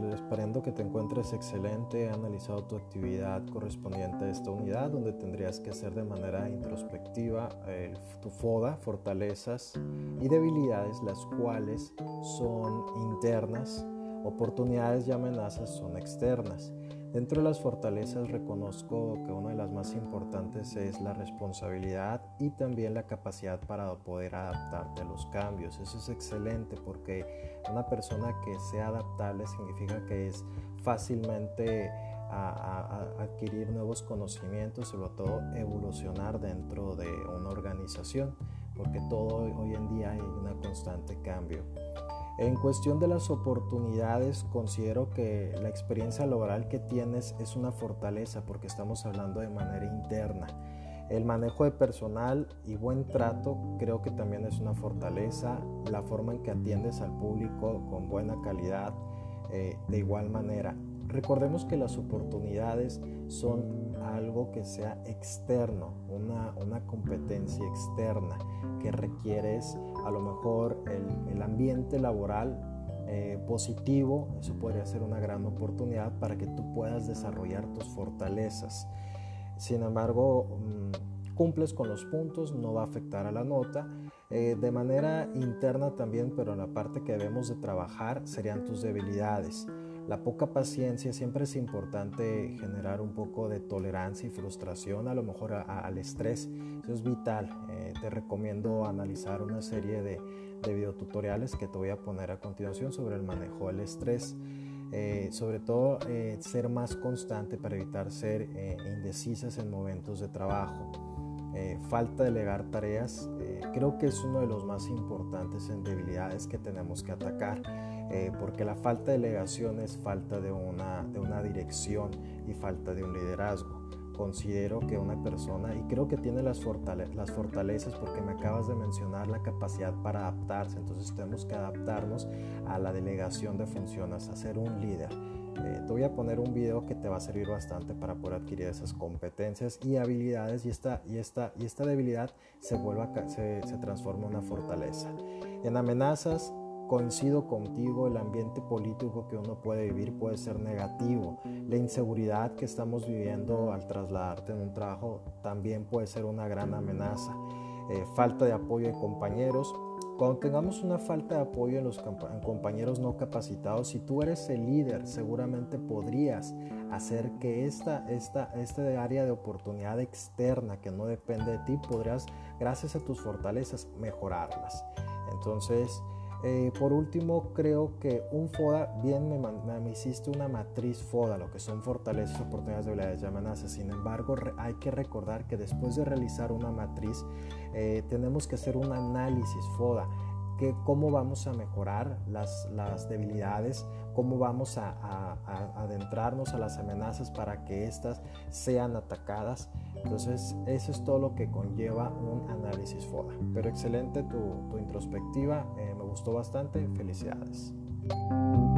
Esperando que te encuentres excelente. He analizado tu actividad correspondiente a esta unidad, donde tendrías que hacer de manera introspectiva tu FODA, fortalezas y debilidades, las cuales son internas, oportunidades y amenazas son externas. Dentro de las fortalezas reconozco que una de las más importantes es la responsabilidad y también la capacidad para poder adaptarte a los cambios. Eso es excelente porque una persona que sea adaptable significa que es fácilmente a adquirir nuevos conocimientos, sobre todo evolucionar dentro de una organización, porque todo hoy en día hay un constante cambio. En cuestión de las oportunidades, considero que la experiencia laboral que tienes es una fortaleza porque estamos hablando de manera interna. El manejo de personal y buen trato creo que también es una fortaleza. La forma en que atiendes al público con buena calidad, de igual manera. Recordemos que las oportunidades son algo que sea externo, una competencia externa que requieres a lo mejor el ambiente laboral positivo. Eso podría ser una gran oportunidad para que tú puedas desarrollar tus fortalezas. Sin embargo, cumples con los puntos, no va a afectar a la nota. De manera interna también, pero en la parte que debemos de trabajar serían tus debilidades. La poca paciencia, siempre es importante generar un poco de tolerancia y frustración a lo mejor al estrés. Eso es vital. Te recomiendo analizar una serie de videotutoriales que te voy a poner a continuación sobre el manejo del estrés. Sobre todo ser más constante para evitar ser indecisas en momentos de trabajo. Falta de delegar tareas, creo que es uno de los más importantes en debilidades que tenemos que atacar, porque la falta de delegación es falta de una dirección y falta de un liderazgo. Considero que una persona, y creo que tiene las fortalezas porque me acabas de mencionar la capacidad para adaptarse, entonces tenemos que adaptarnos a la delegación de funciones, a ser un líder. Te voy a poner un video que te va a servir bastante para poder adquirir esas competencias y habilidades, y esta debilidad se transforma en una fortaleza. En amenazas, coincido contigo, el ambiente político que uno puede vivir puede ser negativo. La inseguridad que estamos viviendo al trasladarte en un trabajo también puede ser una gran amenaza. Falta de apoyo de compañeros. Cuando tengamos una falta de apoyo en compañeros no capacitados, si tú eres el líder, seguramente podrías hacer que esta área de oportunidad externa que no depende de ti, podrías, gracias a tus fortalezas, mejorarlas. Entonces, por último, creo que un FODA, bien me hiciste una matriz FODA, lo que son fortalezas, oportunidades, debilidades y amenazas. Sin embargo, hay que recordar que después de realizar una matriz, tenemos que hacer un análisis FODA, cómo vamos a mejorar las debilidades, cómo vamos a adentrarnos a las amenazas para que éstas sean atacadas. Entonces, eso es todo lo que conlleva un análisis FODA. Pero excelente tu introspectiva, me gustó bastante, felicidades.